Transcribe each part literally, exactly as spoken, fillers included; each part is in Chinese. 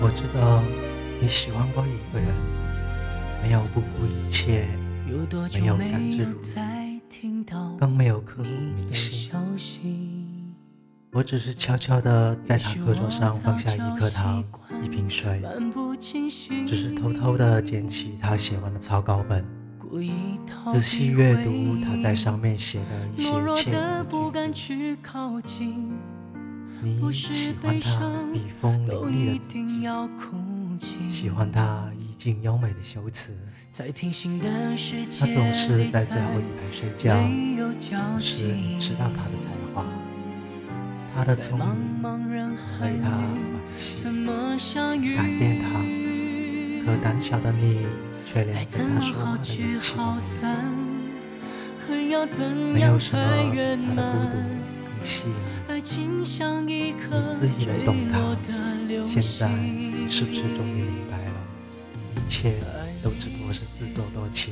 我知道你喜欢过一个人，没有不顾一切，没有甘之如饴，更没有刻骨铭心。我只是悄悄地在他课桌上放下一颗糖，一瓶水，只是偷偷地捡起他写完的草稿本，仔细阅读他在上面写的一些切入的句子。你喜欢他笔锋凌厉的字迹，喜欢他意境优美的修辞，他总是在最后一排睡觉，可是你知道他的才华，他的聪明，为他惋惜，想改变他，可胆小的你却连跟他说话的勇气都没有。没有什么比他的孤独更吸引你，你自以为懂他，现在你是不是终于明白了，一切都只不过是自作多情。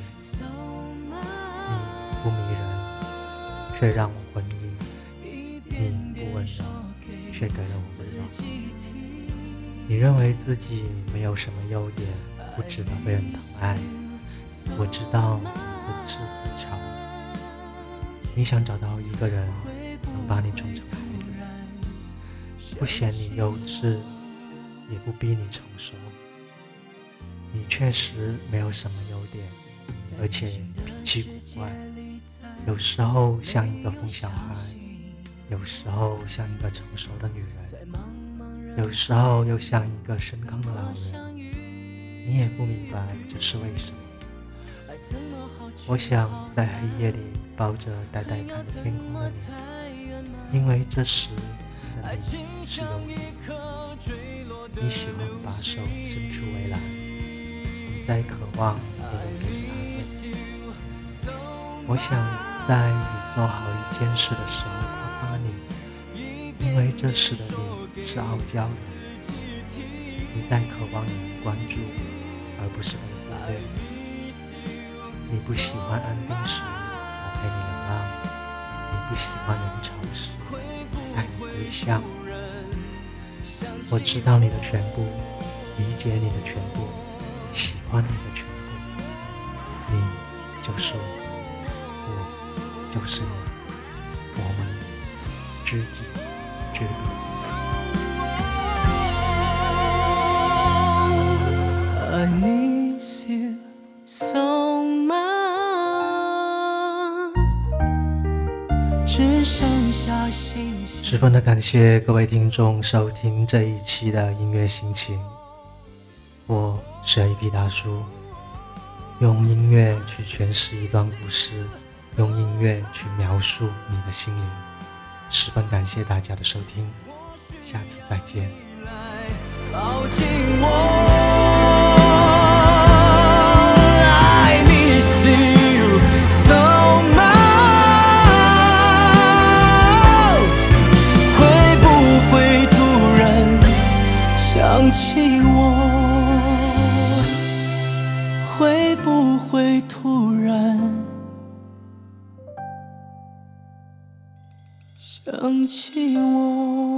你不迷人，却让我昏晕，你不温柔，却给了我温暖。你认为自己没有什么优点，不值得被人疼爱，我知道你不是自嘲，你想找到一个人能把你宠成孩子，不嫌你幼稚，也不逼你成熟。你确实没有什么优点，而且脾气古怪，有时候像一个疯小孩，有时候像一个成熟的女人，有时候又像一个深康的老人。你也不明白这是为什么。我想在黑夜里抱着呆呆看着天空的你，因为这时你的你是有你，你喜欢把手伸出围栏，你在渴望别人给你安慰。我想在你做好一件事的时候夸夸你，因为这时的你是傲娇的，你在渴望有人关注，而不是被忽略。你不喜欢安定时我陪你流浪，你不喜欢人潮时我带你归乡。我知道你的全部，理解你的全部，喜欢你的全部。你就是我，我就是你，我们知己知彼。 I miss you so much， 只剩下星星。 十分的感谢各位听众收听这一期的音乐心情，我是 A P 大叔，用音乐去诠释一段故事，用音乐去描述你的心灵。十分感谢大家的收听，下次再见。 抱紧我I miss you so much， 会不会突然想起我，会不会突然想起我。